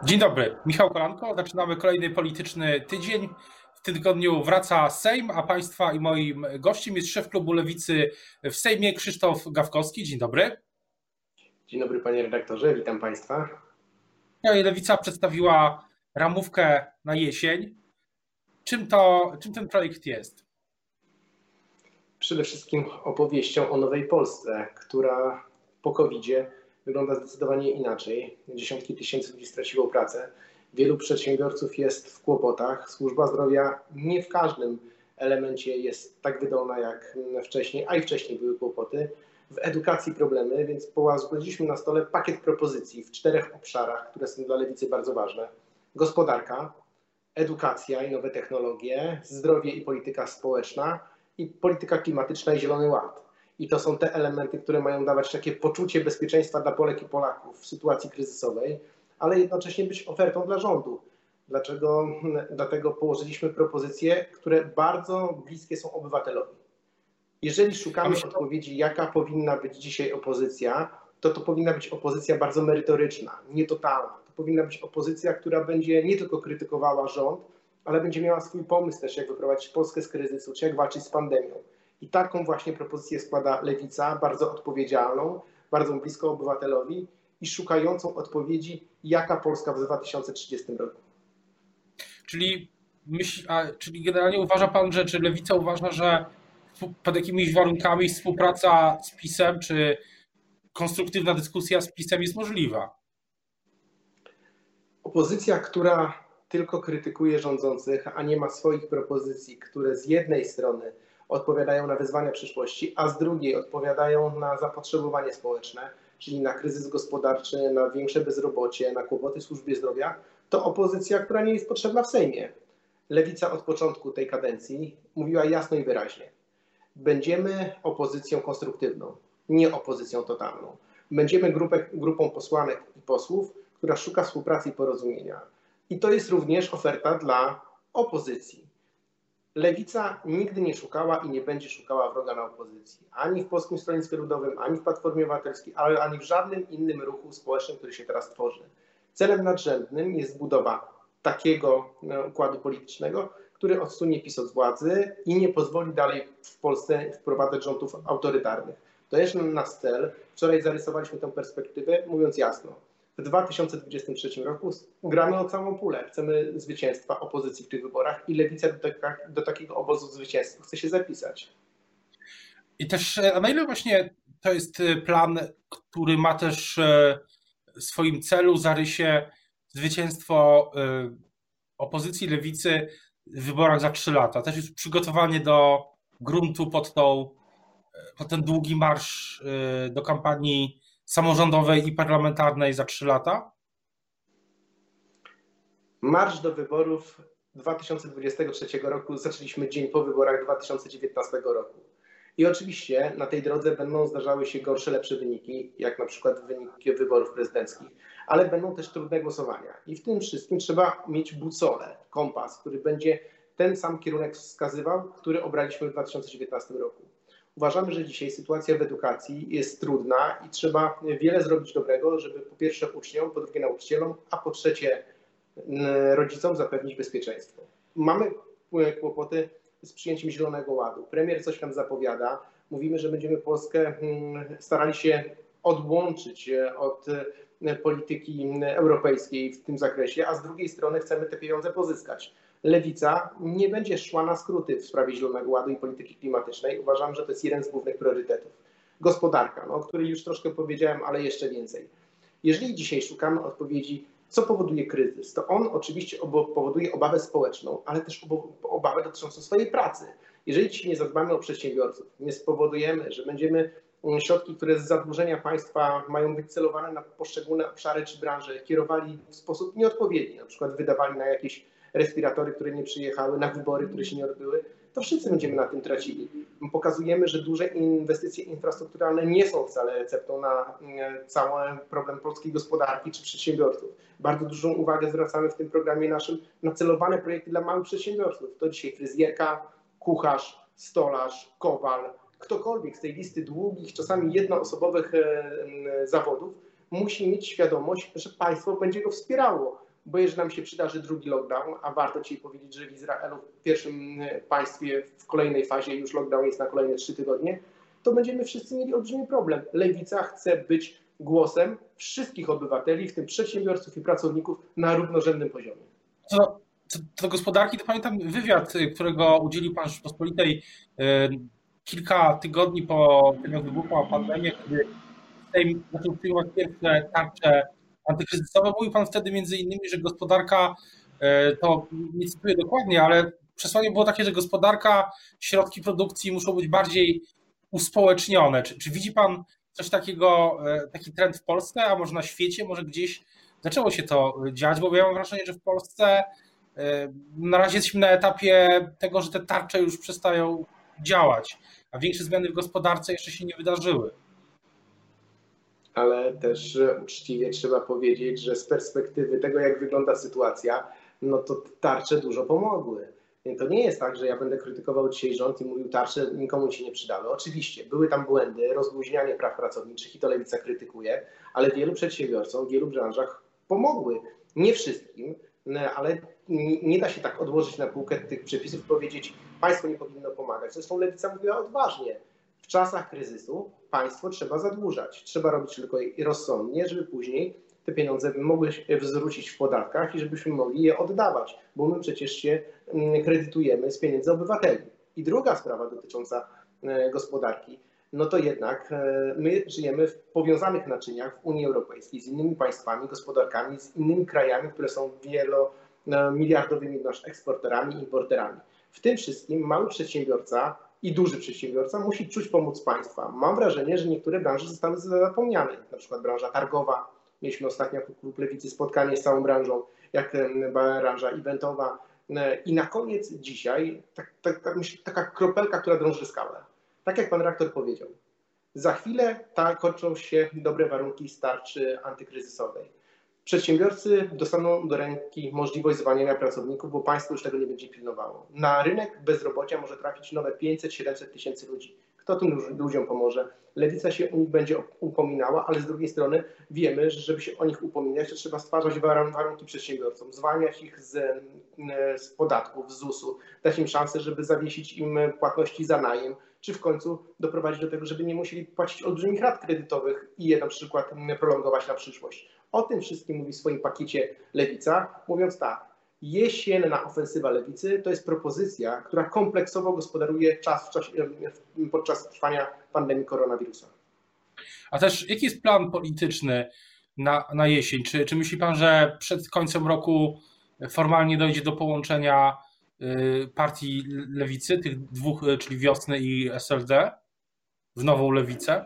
Dzień dobry, Michał Kolanko. Zaczynamy kolejny polityczny tydzień. W tym tygodniu wraca Sejm, a Państwa i moim gościem jest szef klubu Lewicy w Sejmie Krzysztof Gawkowski. Dzień dobry. Dzień dobry panie redaktorze, witam państwa. Lewica przedstawiła ramówkę na jesień. Czym ten projekt jest? Przede wszystkim opowieścią o nowej Polsce, która po COVID-zie wygląda zdecydowanie inaczej. Dziesiątki tysięcy ludzi straciło pracę. Wielu przedsiębiorców jest w kłopotach. Służba zdrowia nie w każdym elemencie jest tak wydolna jak wcześniej, a i wcześniej były kłopoty. W edukacji problemy, więc zgłosiliśmy na stole pakiet propozycji w 4 obszarach, które są dla Lewicy bardzo ważne. Gospodarka, edukacja i nowe technologie, zdrowie i polityka społeczna i polityka klimatyczna i Zielony Ład. I to są te elementy, które mają dawać takie poczucie bezpieczeństwa dla Polek i Polaków w sytuacji kryzysowej, ale jednocześnie być ofertą dla rządu. Dlaczego? Dlatego położyliśmy propozycje, które bardzo bliskie są obywatelowi. Jeżeli szukamy odpowiedzi, jaka powinna być dzisiaj opozycja, to powinna być opozycja bardzo merytoryczna, nie totalna. To powinna być opozycja, która będzie nie tylko krytykowała rząd, ale będzie miała swój pomysł też, jak wyprowadzić Polskę z kryzysu, czy jak walczyć z pandemią. I taką właśnie propozycję składa Lewica, bardzo odpowiedzialną, bardzo blisko obywatelowi i szukającą odpowiedzi, jaka Polska w 2030 roku. Czyli generalnie uważa pan, czy Lewica uważa, że pod jakimiś warunkami współpraca z PiS-em, czy konstruktywna dyskusja z PiS-em jest możliwa? Opozycja, która tylko krytykuje rządzących, a nie ma swoich propozycji, które z jednej strony odpowiadają na wyzwania przyszłości, a z drugiej odpowiadają na zapotrzebowanie społeczne, czyli na kryzys gospodarczy, na większe bezrobocie, na kłopoty w służbie zdrowia, to opozycja, która nie jest potrzebna w Sejmie. Lewica od początku tej kadencji mówiła jasno i wyraźnie: będziemy opozycją konstruktywną, nie opozycją totalną. Będziemy grupą posłanek i posłów, która szuka współpracy i porozumienia. I to jest również oferta dla opozycji. Lewica nigdy nie szukała i nie będzie szukała wroga na opozycji. Ani w Polskim Stronnictwie Ludowym, ani w Platformie Obywatelskiej, ale ani w żadnym innym ruchu społecznym, który się teraz tworzy. Celem nadrzędnym jest budowa takiego układu politycznego, który odsunie PiS od władzy i nie pozwoli dalej w Polsce wprowadzać rządów autorytarnych. To jest nasz cel. Wczoraj zarysowaliśmy tę perspektywę, mówiąc jasno: w 2023 roku gramy o całą pulę. Chcemy zwycięstwa opozycji w tych wyborach i Lewica do takiego obozu zwycięstwa chce się zapisać. I też na ile właśnie to jest plan, który ma też w swoim celu, zarysie zwycięstwo opozycji Lewicy w wyborach za 3 lata. Też jest przygotowanie do gruntu pod ten długi marsz do kampanii samorządowej i parlamentarnej za 3 lata? Marsz do wyborów 2023 roku zaczęliśmy dzień po wyborach 2019 roku. I oczywiście na tej drodze będą zdarzały się gorsze, lepsze wyniki, jak na przykład wyniki wyborów prezydenckich, ale będą też trudne głosowania. I w tym wszystkim trzeba mieć busolę, kompas, który będzie ten sam kierunek wskazywał, który obraliśmy w 2019 roku. Uważamy, że dzisiaj sytuacja w edukacji jest trudna i trzeba wiele zrobić dobrego, żeby po pierwsze uczniom, po drugie nauczycielom, a po trzecie rodzicom zapewnić bezpieczeństwo. Mamy kłopoty z przyjęciem Zielonego Ładu. Premier coś nam zapowiada. Mówimy, że będziemy Polskę starali się odłączyć od polityki europejskiej w tym zakresie, a z drugiej strony chcemy te pieniądze pozyskać. Lewica nie będzie szła na skróty w sprawie Zielonego Ładu i polityki klimatycznej. Uważam, że to jest jeden z głównych priorytetów. Gospodarka, o której już troszkę powiedziałem, ale jeszcze więcej. Jeżeli dzisiaj szukamy odpowiedzi, co powoduje kryzys, to on oczywiście powoduje obawę społeczną, ale też obawę dotyczącą swojej pracy. Jeżeli dzisiaj nie zadbamy o przedsiębiorców, nie spowodujemy, że będziemy środki, które z zadłużenia państwa mają być celowane na poszczególne obszary czy branże, kierowali w sposób nieodpowiedni, na przykład wydawali na jakieś respiratory, które nie przyjechały, na wybory, które się nie odbyły, to wszyscy będziemy na tym tracili. Pokazujemy, że duże inwestycje infrastrukturalne nie są wcale receptą na cały problem polskiej gospodarki czy przedsiębiorców. Bardzo dużą uwagę zwracamy w tym programie naszym na celowane projekty dla małych przedsiębiorców. To dzisiaj fryzjerka, kucharz, stolarz, kowal, ktokolwiek z tej listy długich, czasami jednoosobowych zawodów musi mieć świadomość, że państwo będzie go wspierało, bo jeżeli nam się przydarzy drugi lockdown, a warto Ci powiedzieć, że w Izraelu, w pierwszym państwie, w kolejnej fazie już lockdown jest na kolejne 3 tygodnie, to będziemy wszyscy mieli olbrzymi problem. Lewica chce być głosem wszystkich obywateli, w tym przedsiębiorców i pracowników, na równorzędnym poziomie. Co do gospodarki, to pamiętam wywiad, którego udzielił pan Rzeczpospolitej kilka tygodni po tym, jak wybuchła pandemia, kiedy Sejm zaczął przyjmować pierwsze tarcze antykryzysowe. Mówił pan wtedy między innymi, że gospodarka, to nie cytuję dokładnie, ale przesłanie było takie, że gospodarka, środki produkcji muszą być bardziej uspołecznione. Czy widzi pan coś takiego, taki trend w Polsce, a może na świecie, może gdzieś zaczęło się to dziać? Bo ja mam wrażenie, że w Polsce na razie jesteśmy na etapie tego, że te tarcze już przestają działać, a większe zmiany w gospodarce jeszcze się nie wydarzyły. Ale też uczciwie trzeba powiedzieć, że z perspektywy tego, jak wygląda sytuacja, no to tarcze dużo pomogły. To nie jest tak, że ja będę krytykował dzisiaj rząd i mówił, tarcze nikomu się nie przydały. Oczywiście, były tam błędy, rozluźnianie praw pracowniczych i to Lewica krytykuje, ale wielu przedsiębiorcom w wielu branżach pomogły. Nie wszystkim, ale nie da się tak odłożyć na półkę tych przepisów i powiedzieć, państwo nie powinno pomagać. Zresztą Lewica mówiła odważnie. W czasach kryzysu państwo trzeba zadłużać. Trzeba robić tylko rozsądnie, żeby później te pieniądze mogły się zwrócić w podatkach i żebyśmy mogli je oddawać, bo my przecież się kredytujemy z pieniędzy obywateli. I druga sprawa dotycząca gospodarki, no to jednak my żyjemy w powiązanych naczyniach w Unii Europejskiej z innymi państwami, gospodarkami, z innymi krajami, które są wielomiliardowymi eksporterami i importerami. W tym wszystkim mały przedsiębiorca i duży przedsiębiorca musi czuć pomoc państwa. Mam wrażenie, że niektóre branże zostały zapomniane, na przykład branża targowa. Mieliśmy ostatnio jako klub Lewicy spotkanie z całą branżą, jak branża eventowa. I na koniec dzisiaj taka kropelka, która drąży skałę. Tak jak pan rektor powiedział, za chwilę kończą się dobre warunki z tarczy antykryzysowej. Przedsiębiorcy dostaną do ręki możliwość zwalniania pracowników, bo państwo już tego nie będzie pilnowało. Na rynek bezrobocia może trafić nowe 500-700 tysięcy ludzi. Kto tym ludziom pomoże? Lewica się o nich będzie upominała, ale z drugiej strony wiemy, że żeby się o nich upominać, to trzeba stwarzać warunki przedsiębiorcom, zwalniać ich z podatków, z ZUS-u, dać im szansę, żeby zawiesić im płatności za najem, czy w końcu doprowadzić do tego, żeby nie musieli płacić olbrzymich rat kredytowych i je na przykład prolongować na przyszłość. O tym wszystkim mówi w swoim pakiecie Lewica, mówiąc tak, jesienna ofensywa Lewicy to jest propozycja, która kompleksowo gospodaruje podczas trwania pandemii koronawirusa. A też jaki jest plan polityczny na jesień? Czy myśli pan, że przed końcem roku formalnie dojdzie do połączenia partii Lewicy, tych dwóch, czyli Wiosny i SLD, w nową Lewicę?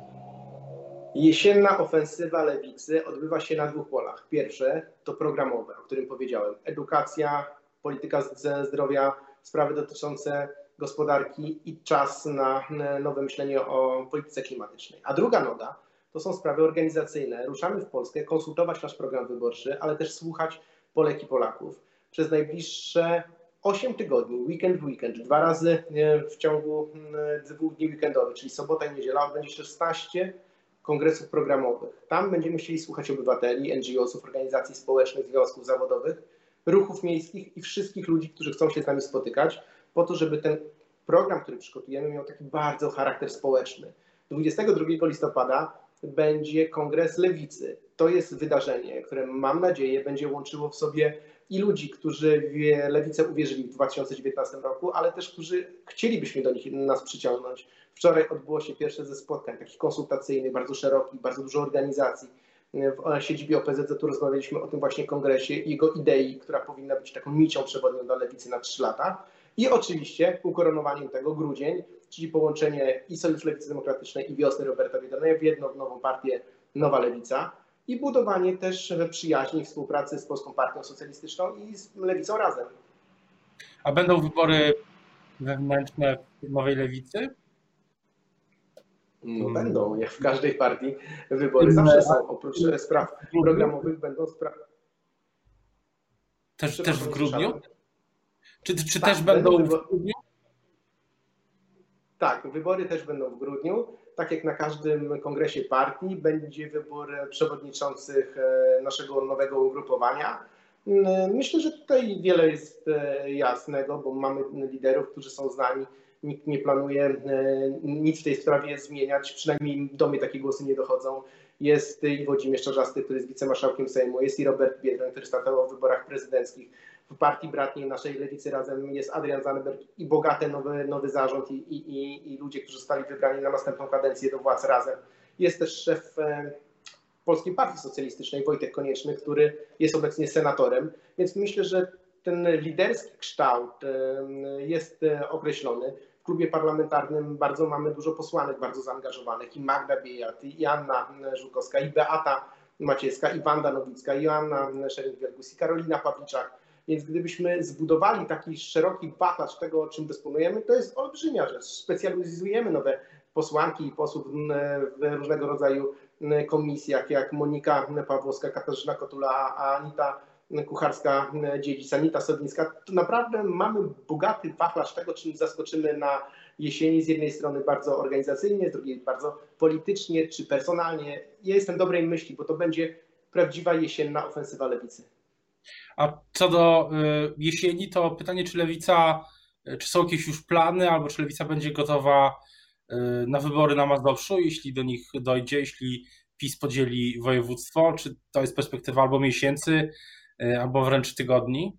Jesienna ofensywa Lewicy odbywa się na 2 polach. Pierwsze to programowe, o którym powiedziałem. Edukacja, polityka zdrowia, sprawy dotyczące gospodarki i czas na nowe myślenie o polityce klimatycznej. A druga noga to są sprawy organizacyjne. Ruszamy w Polskę konsultować nasz program wyborczy, ale też słuchać Polek i Polaków. Przez najbliższe 8 tygodni, weekend w weekend, 2 razy w ciągu 2 dni weekendowych, czyli sobota i niedziela, będzie 16 kongresów programowych. Tam będziemy chcieli słuchać obywateli, NGO-sów, organizacji społecznych, związków zawodowych, ruchów miejskich i wszystkich ludzi, którzy chcą się z nami spotykać, po to, żeby ten program, który przygotujemy, miał taki bardzo charakter społeczny. 22 listopada będzie Kongres Lewicy. To jest wydarzenie, które mam nadzieję będzie łączyło w sobie i ludzi, którzy w Lewicę uwierzyli w 2019 roku, ale też którzy chcielibyśmy do nas przyciągnąć. Wczoraj odbyło się pierwsze ze spotkań takich konsultacyjnych, bardzo szerokich, bardzo dużo organizacji. W siedzibie OPZZ-u rozmawialiśmy o tym właśnie kongresie i jego idei, która powinna być taką nicią przewodnią dla Lewicy na 3 lata. I oczywiście ukoronowaniem tego grudzień, czyli połączenie i Sojuszu Lewicy Demokratycznej i Wiosny Roberta Biedronia w jedną nową partię Nowa Lewica i budowanie też przyjaźni i współpracy z Polską Partią Socjalistyczną i z Lewicą razem. A będą wybory wewnętrzne w Nowej Lewicy? No będą, jak w każdej partii wybory zawsze są. Oprócz spraw programowych będą sprawy. Też w grudniu? Czy tak, też będą w grudniu? Tak, wybory też będą w grudniu. Tak jak na każdym kongresie partii będzie wybór przewodniczących naszego nowego ugrupowania. Myślę, że tutaj wiele jest jasnego, bo mamy liderów, którzy są znani. Nikt nie planuje nic w tej sprawie zmieniać, przynajmniej do mnie takie głosy nie dochodzą. Jest i Włodzimierz Czarzasty, który jest wicemarszałkiem Sejmu, jest i Robert Biedroń, który startował w wyborach prezydenckich. W partii bratniej naszej Lewicy Razem jest Adrian Zandberg i bogaty nowy zarząd i ludzie, którzy zostali wybrani na następną kadencję do władz Razem. Jest też szef Polskiej Partii Socjalistycznej Wojtek Konieczny, który jest obecnie senatorem, więc myślę, że ten liderski kształt jest określony. W klubie parlamentarnym mamy dużo posłanek bardzo zaangażowanych, i Magda Biejat, i Anna Żukowska, i Beata Maciejska, i Wanda Nowicka, i Joanna Scheuring-Wielgus, i Karolina Pawliczak. Więc gdybyśmy zbudowali taki szeroki wachlarz tego, czym dysponujemy, to jest olbrzymia rzecz. Specjalizujemy nowe posłanki i posłów w różnego rodzaju komisjach, jak Monika Pawłowska, Katarzyna Kotula, Anita Kucharska-Dziedzic, Anita Sowińska. To naprawdę mamy bogaty wachlarz tego, czym zaskoczymy na jesieni. Z jednej strony bardzo organizacyjnie, z drugiej bardzo politycznie czy personalnie. Ja jestem dobrej myśli, bo to będzie prawdziwa jesienna ofensywa lewicy. A co do jesieni, to pytanie, czy Lewica, czy są jakieś już plany, albo czy Lewica będzie gotowa na wybory na Mazowszu, jeśli do nich dojdzie, jeśli PiS podzieli województwo, czy to jest perspektywa albo miesięcy, albo wręcz tygodni?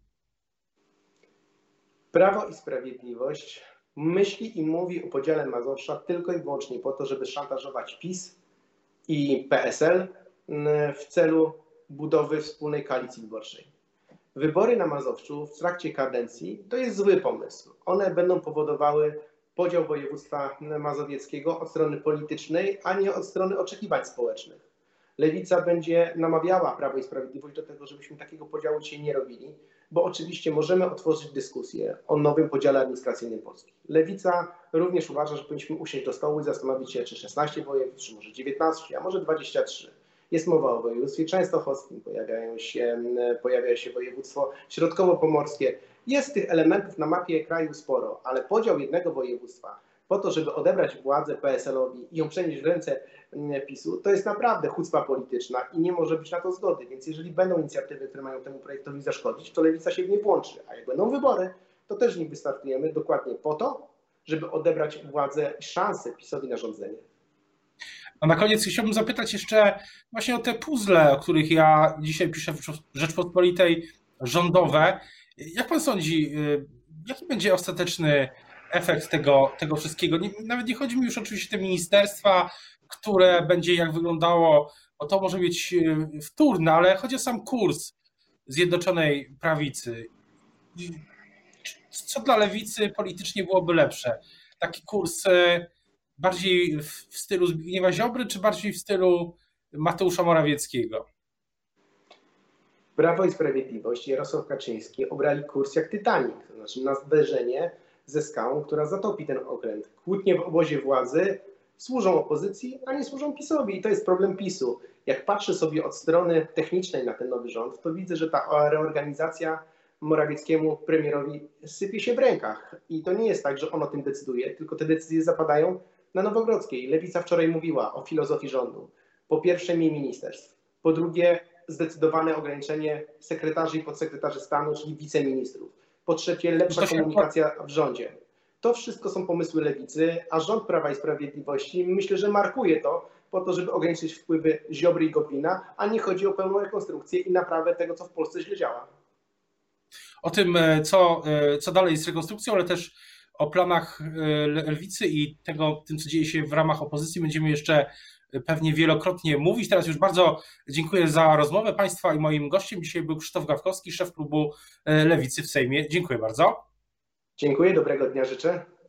Prawo i Sprawiedliwość myśli i mówi o podziale Mazowsza tylko i wyłącznie po to, żeby szantażować PiS i PSL w celu budowy wspólnej koalicji wyborczej. Wybory na Mazowszu w trakcie kadencji to jest zły pomysł. One będą powodowały podział województwa mazowieckiego od strony politycznej, a nie od strony oczekiwań społecznych. Lewica będzie namawiała Prawo i Sprawiedliwość do tego, żebyśmy takiego podziału dzisiaj nie robili, bo oczywiście możemy otworzyć dyskusję o nowym podziale administracyjnym Polski. Lewica również uważa, że powinniśmy usiąść do stołu i zastanowić się, czy 16 województw, czy może 19, a może 23. Jest mowa o województwie częstochowskim, pojawia się województwo środkowo-pomorskie. Jest tych elementów na mapie kraju sporo, ale podział jednego województwa po to, żeby odebrać władzę PSL-owi i ją przenieść w ręce PiS-u, to jest naprawdę chucpa polityczna i nie może być na to zgody. Więc jeżeli będą inicjatywy, które mają temu projektowi zaszkodzić, to Lewica się w nie włączy. A jak będą wybory, to też w nich wystartujemy dokładnie po to, żeby odebrać władzę i szansę PiS-owi na rządzenie. A na koniec chciałbym zapytać jeszcze właśnie o te puzzle, o których ja dzisiaj piszę w Rzeczpospolitej, rządowe. Jak pan sądzi, jaki będzie ostateczny efekt tego wszystkiego? Nawet nie chodzi mi już oczywiście o te ministerstwa, które będzie jak wyglądało, bo to może być wtórne, ale chodzi o sam kurs Zjednoczonej Prawicy. Co dla lewicy politycznie byłoby lepsze? Taki kurs bardziej w stylu Zbigniewa Ziobry, czy bardziej w stylu Mateusza Morawieckiego? Prawo i Sprawiedliwość, Jarosław Kaczyński obrali kurs jak Titanic, to znaczy na zderzenie ze skałą, która zatopi ten okręt. Kłótnie w obozie władzy służą opozycji, a nie służą PiS-owi i to jest problem PiS-u. Jak patrzę sobie od strony technicznej na ten nowy rząd, to widzę, że ta reorganizacja Morawieckiemu, premierowi, sypie się w rękach. I to nie jest tak, że on o tym decyduje, tylko te decyzje zapadają na Nowogrodzkiej. Lewica wczoraj mówiła o filozofii rządu. Po pierwsze, mniej ministerstw. Po drugie, zdecydowane ograniczenie sekretarzy i podsekretarzy stanu, czyli wiceministrów. Po trzecie, lepsza komunikacja w rządzie. To wszystko są pomysły Lewicy, a rząd Prawa i Sprawiedliwości myślę, że markuje to po to, żeby ograniczyć wpływy Ziobry i Gowina, a nie chodzi o pełną rekonstrukcję i naprawę tego, co w Polsce źle działa. O tym, co dalej z rekonstrukcją, ale też o planach Lewicy i tym, co dzieje się w ramach opozycji, będziemy jeszcze pewnie wielokrotnie mówić. Teraz już bardzo dziękuję za rozmowę Państwa i moim gościem dzisiaj był Krzysztof Gawkowski, szef klubu Lewicy w Sejmie. Dziękuję bardzo. Dziękuję, dobrego dnia życzę.